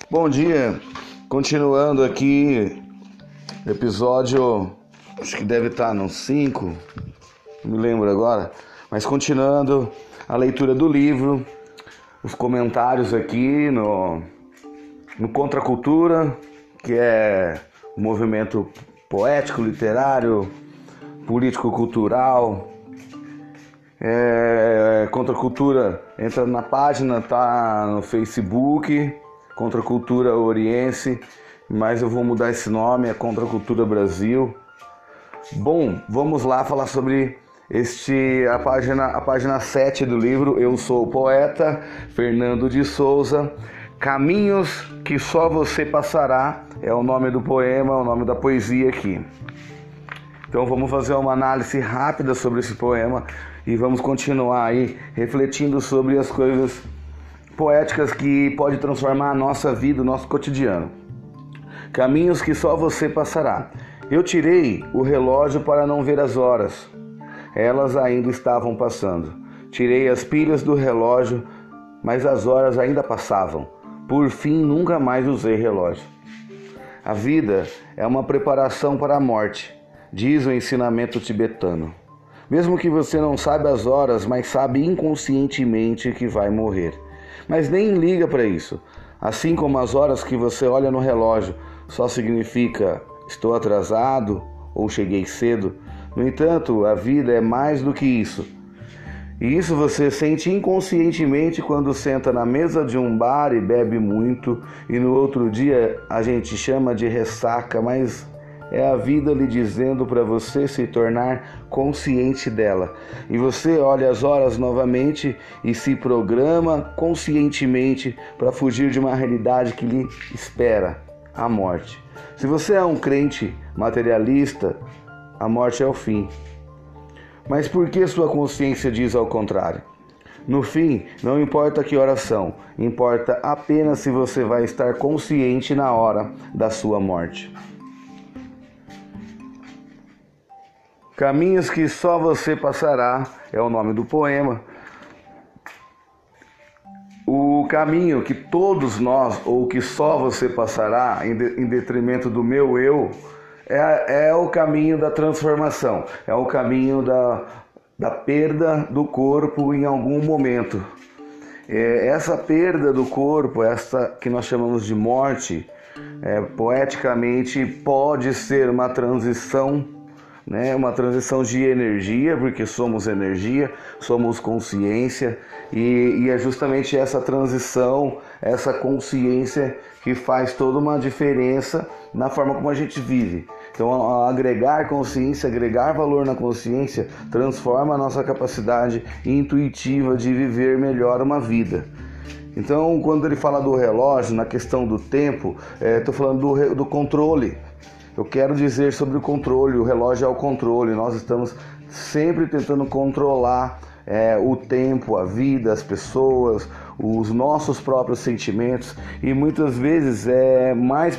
Bom dia, continuando aqui, episódio, acho que deve estar no 5, não me lembro agora, mas continuando a leitura do livro, os comentários aqui no Contra a Cultura, que é um movimento poético, literário, político-cultural. Contra a Cultura, entra na página, tá no Facebook, Contra a Cultura Oriense, mas eu vou mudar esse nome, é Contra a Cultura Brasil. Bom, vamos lá falar sobre a página 7 do livro. Eu sou o poeta Fernando de Souza. Caminhos que só você passará é o nome do poema, é o nome da poesia aqui. Então vamos fazer uma análise rápida sobre esse poema e vamos continuar aí refletindo sobre as coisas poéticas que pode transformar a nossa vida, o nosso cotidiano. Caminhos que só você passará. Eu tirei o relógio para não ver as horas. Elas ainda estavam passando. Tirei as pilhas do relógio, mas as horas ainda passavam. Por fim, nunca mais usei relógio. A vida é uma preparação para a morte, diz o ensinamento tibetano. Mesmo que você não saiba as horas, mas sabe inconscientemente que vai morrer. Mas nem liga para isso. Assim como as horas que você olha no relógio só significa estou atrasado ou cheguei cedo. No entanto, a vida é mais do que isso. E isso você sente inconscientemente quando senta na mesa de um bar e bebe muito, e no outro dia a gente chama de ressaca, mas é a vida lhe dizendo para você se tornar consciente dela. E você olha as horas novamente e se programa conscientemente para fugir de uma realidade que lhe espera, a morte. Se você é um crente materialista, a morte é o fim. Mas por que sua consciência diz ao contrário? No fim, não importa que horas são, importa apenas se você vai estar consciente na hora da sua morte. Caminhos que só você passará é o nome do poema. O caminho que todos nós, ou que só você passará, em detrimento do meu eu, é o caminho da transformação, é o caminho da perda do corpo em algum momento. Essa perda do corpo, essa que nós chamamos de morte, poeticamente pode ser uma transição, uma transição de energia, porque somos energia, somos consciência, e é justamente essa transição, essa consciência que faz toda uma diferença na forma como a gente vive. Então, agregar consciência, agregar valor na consciência, transforma a nossa capacidade intuitiva de viver melhor uma vida. Então, quando ele fala do relógio, na questão do tempo, estou falando do controle. Eu quero dizer sobre o controle, o relógio é o controle. Nós estamos sempre tentando controlar o tempo, a vida, as pessoas, os nossos próprios sentimentos, e muitas vezes é mais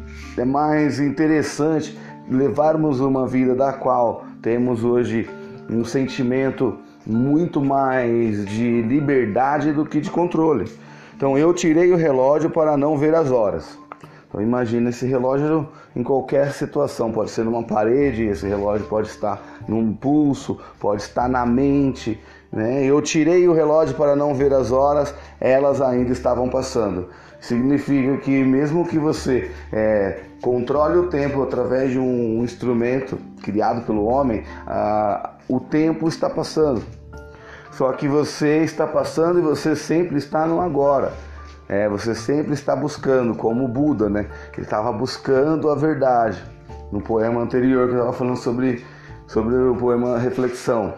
interessante levarmos uma vida da qual temos hoje um sentimento muito mais de liberdade do que de controle. Então eu tirei o relógio para não ver as horas. Então imagina esse relógio em qualquer situação, pode ser numa parede, esse relógio pode estar num pulso, pode estar na mente, Eu tirei o relógio para não ver as horas, elas ainda estavam passando. Significa que mesmo que você controle o tempo através de um instrumento criado pelo homem, o tempo está passando. Só que você está passando e você sempre está no agora. Você sempre está buscando, como o Buda, Ele estava buscando a verdade. No poema anterior que eu estava falando sobre o poema Reflexão.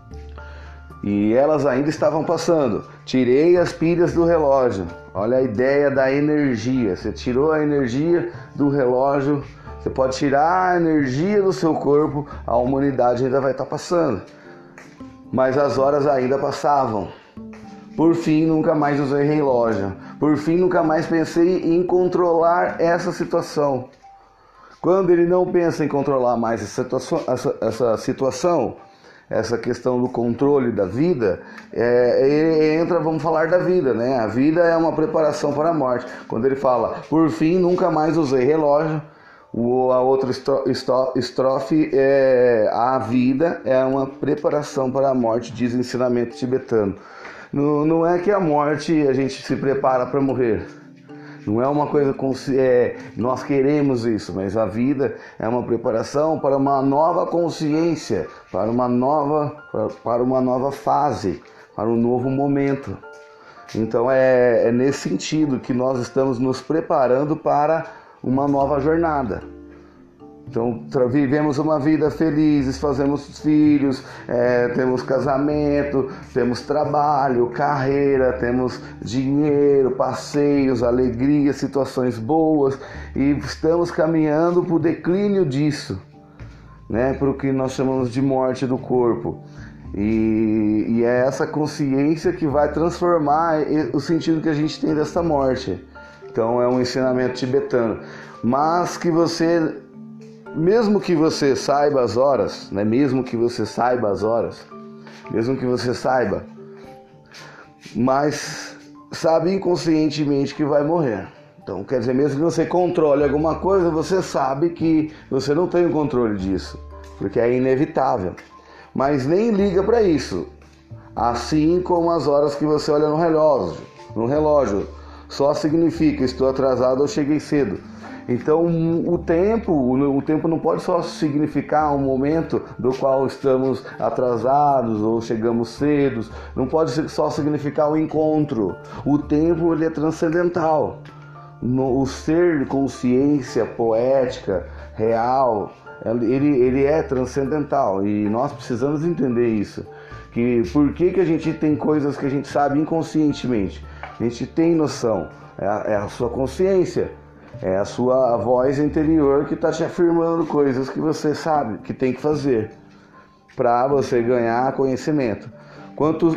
E elas ainda estavam passando. Tirei as pilhas do relógio. Olha a ideia da energia. Você tirou a energia do relógio. Você pode tirar a energia do seu corpo. A humanidade ainda vai estar passando. Mas as horas ainda passavam. Por fim, nunca mais usei relógio. Por fim, nunca mais pensei em controlar essa situação. Quando ele não pensa em controlar mais essa situação, essa questão do controle da vida, vamos falar da vida, né? A vida é uma preparação para a morte. Quando ele fala, por fim, nunca mais usei relógio, a outra estrofe é a vida é uma preparação para a morte, diz o ensinamento tibetano. Não é que a morte a gente se prepara para morrer. Não é uma coisa nós queremos isso, mas a vida é uma preparação para uma nova consciência, para uma nova fase, para um novo momento. Então é nesse sentido que nós estamos nos preparando para uma nova jornada. Então vivemos uma vida felizes, fazemos filhos, temos casamento, temos trabalho, carreira, temos dinheiro, passeios, alegria, situações boas, e estamos caminhando para o declínio disso, né? Para o que nós chamamos de morte do corpo. E é essa consciência que vai transformar o sentido que a gente tem dessa morte. Então é um ensinamento tibetano. Mas que você, mesmo que você saiba as horas, né? Mesmo que você saiba, mas sabe inconscientemente que vai morrer. Então quer dizer, mesmo que você controle alguma coisa, você sabe que você não tem o controle disso, porque é inevitável. Mas nem liga para isso, assim como as horas que você olha no relógio, só significa estou atrasado ou cheguei cedo. Então o tempo não pode só significar um momento do qual estamos atrasados ou chegamos cedo, não pode só significar o encontro. O tempo ele é transcendental. O ser de consciência poética, real, ele é transcendental, e nós precisamos entender isso. Que por que a gente tem coisas que a gente sabe inconscientemente? A gente tem noção, é a sua consciência, é a sua voz interior que está te afirmando coisas que você sabe que tem que fazer para você ganhar conhecimento. Quando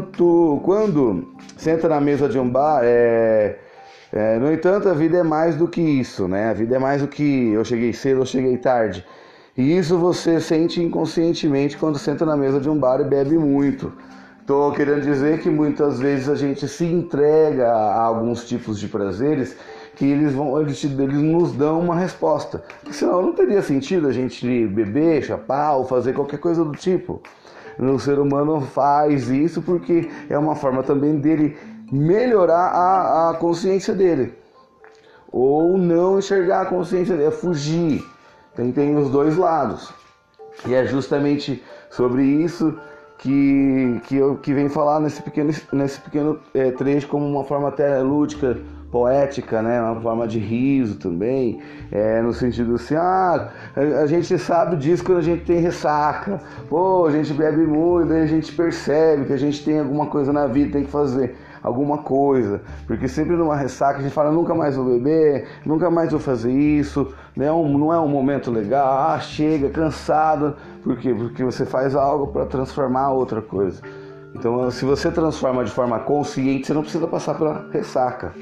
senta na mesa de um bar, no entanto, a vida é mais do que isso, né? A vida é mais do que eu cheguei cedo ou cheguei tarde. E isso você sente inconscientemente quando senta na mesa de um bar e bebe muito. Estou querendo dizer que muitas vezes a gente se entrega a alguns tipos de prazeres que eles nos dão uma resposta. Porque senão não teria sentido a gente beber, chapar ou fazer qualquer coisa do tipo. O ser humano faz isso porque é uma forma também dele melhorar a consciência dele, ou não enxergar a consciência dele, é fugir. Tem os dois lados, e é justamente sobre isso que vem falar nesse pequeno trecho, como uma forma até lúdica, poética, né? Uma forma de riso também, no sentido assim, a gente sabe disso quando a gente tem ressaca, a gente bebe muito, aí a gente percebe que a gente tem alguma coisa na vida, tem que fazer alguma coisa, porque sempre numa ressaca a gente fala, nunca mais vou beber, nunca mais vou fazer isso, não é um momento legal, chega, cansado, por quê? Porque você faz algo para transformar outra coisa. Então, se você transforma de forma consciente, você não precisa passar pela ressaca.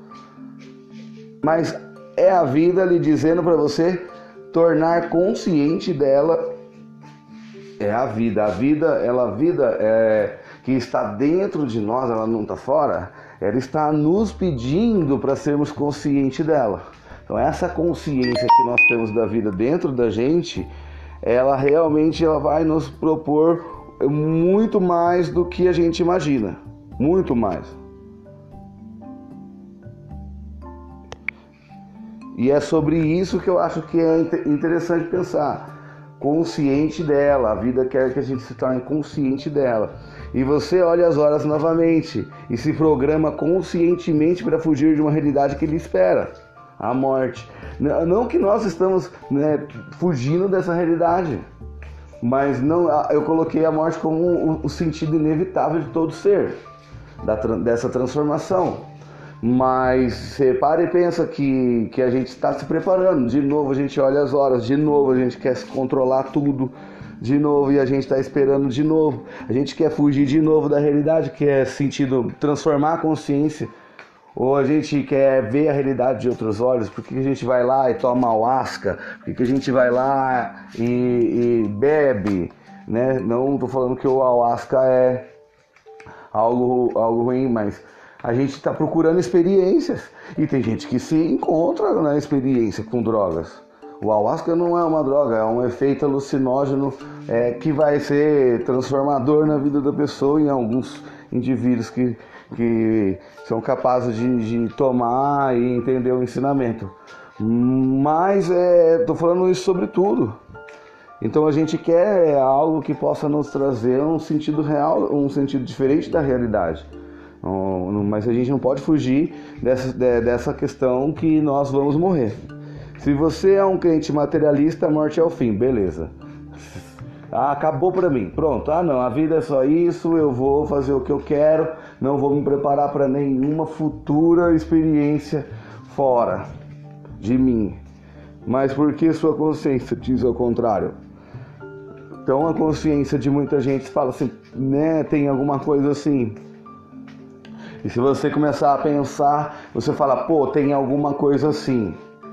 Mas é a vida lhe dizendo para você tornar consciente dela. É a vida que está dentro de nós, ela não está fora, ela está nos pedindo para sermos conscientes dela. Então essa consciência que nós temos da vida dentro da gente, ela realmente vai nos propor muito mais do que a gente imagina, muito mais. E é sobre isso que eu acho que é interessante pensar. Consciente dela, a vida quer que a gente se torne consciente dela. E você olha as horas novamente e se programa conscientemente para fugir de uma realidade que lhe espera, a morte. Não que nós estamos fugindo dessa realidade, mas eu coloquei a morte como o sentido inevitável de todo ser, dessa transformação. Mas você para e pensa que a gente está se preparando. De novo a gente olha as horas, de novo a gente quer controlar tudo, de novo, e a gente está esperando de novo. A gente quer fugir de novo da realidade, que é sentido transformar a consciência. Ou a gente quer ver a realidade de outros olhos. Por que a gente vai lá e toma ayahuasca? Por que a gente vai lá e bebe? né? Não estou falando que o ayahuasca é algo ruim, mas a gente está procurando experiências e tem gente que se encontra na experiência com drogas. O ayahuasca não é uma droga, é um efeito alucinógeno que vai ser transformador na vida da pessoa em alguns indivíduos que são capazes de tomar e entender o ensinamento. Mas estou falando isso sobre tudo. Então a gente quer algo que possa nos trazer um sentido real, um sentido diferente da realidade. Mas a gente não pode fugir dessa questão que nós vamos morrer. Se você é um crente materialista, a morte é o fim, beleza. Acabou pra mim, pronto. Não, a vida é só isso, eu vou fazer o que eu quero, não vou me preparar para nenhuma futura experiência fora de mim. Mas por que sua consciência diz ao contrário? Então a consciência de muita gente fala assim, né, tem alguma coisa assim. E se você começar a pensar, você fala, pô, tem alguma coisa assim.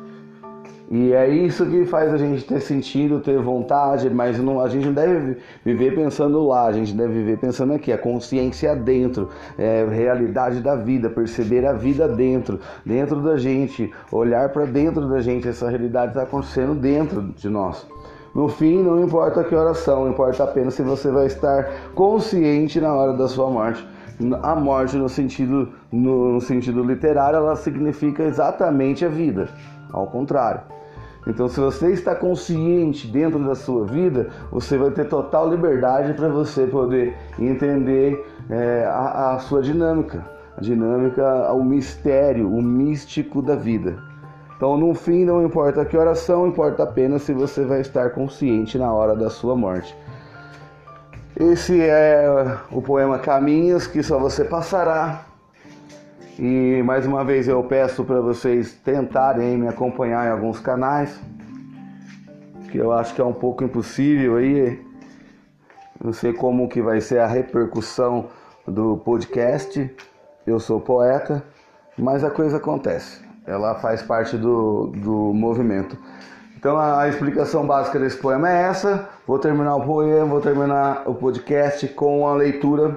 E é isso que faz a gente ter sentido, ter vontade, mas a gente não deve viver pensando lá, a gente deve viver pensando aqui, a consciência dentro, realidade da vida, perceber a vida dentro da gente, olhar para dentro da gente, essa realidade está acontecendo dentro de nós. No fim, não importa que oração, importa apenas se você vai estar consciente na hora da sua morte. A morte no sentido literário, ela significa exatamente a vida, ao contrário. Então, se você está consciente dentro da sua vida, você vai ter total liberdade para você poder entender a sua dinâmica, o mistério, o místico da vida. Então, no fim, não importa que oração, importa apenas se você vai estar consciente na hora da sua morte. Esse é o poema Caminhos que só você passará. E mais uma vez eu peço para vocês tentarem me acompanhar em alguns canais, que eu acho que é um pouco impossível aí. Não sei como que vai ser a repercussão do podcast. Eu sou poeta, mas a coisa acontece. Ela faz parte do movimento. Então a explicação básica desse poema é essa. Vou terminar o poema, vou terminar o podcast com a leitura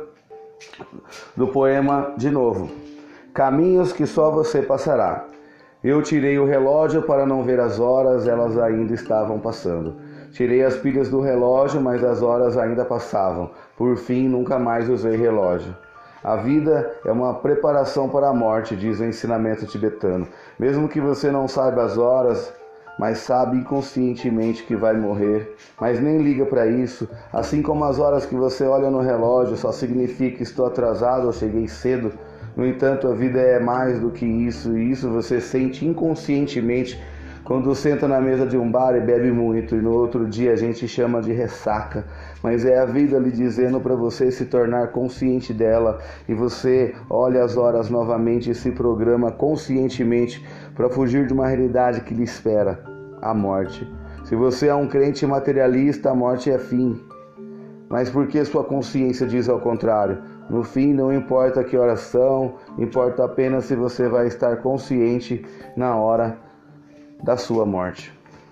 do poema de novo. Caminhos que só você passará. Eu tirei o relógio para não ver as horas, elas ainda estavam passando. Tirei as pilhas do relógio, mas as horas ainda passavam. Por fim, nunca mais usei relógio. A vida é uma preparação para a morte, diz o ensinamento tibetano. Mesmo que você não saiba as horas, mas sabe inconscientemente que vai morrer, mas nem liga para isso. Assim como as horas que você olha no relógio só significa estou atrasado ou cheguei cedo. No entanto, a vida é mais do que isso, e isso você sente inconscientemente quando senta na mesa de um bar e bebe muito, e no outro dia a gente chama de ressaca. Mas é a vida lhe dizendo para você se tornar consciente dela, e você olha as horas novamente e se programa conscientemente para fugir de uma realidade que lhe espera, a morte. Se você é um crente materialista, a morte é fim. Mas por que sua consciência diz ao contrário? No fim, não importa que oração, importa apenas se você vai estar consciente na hora da sua morte.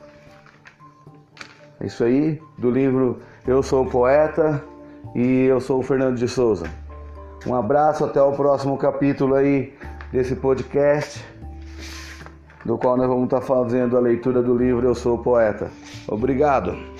É isso aí, do livro Eu Sou Poeta e eu sou o Fernando de Souza. Um abraço, até o próximo capítulo aí desse podcast, do qual nós vamos estar fazendo a leitura do livro Eu Sou Poeta. Obrigado.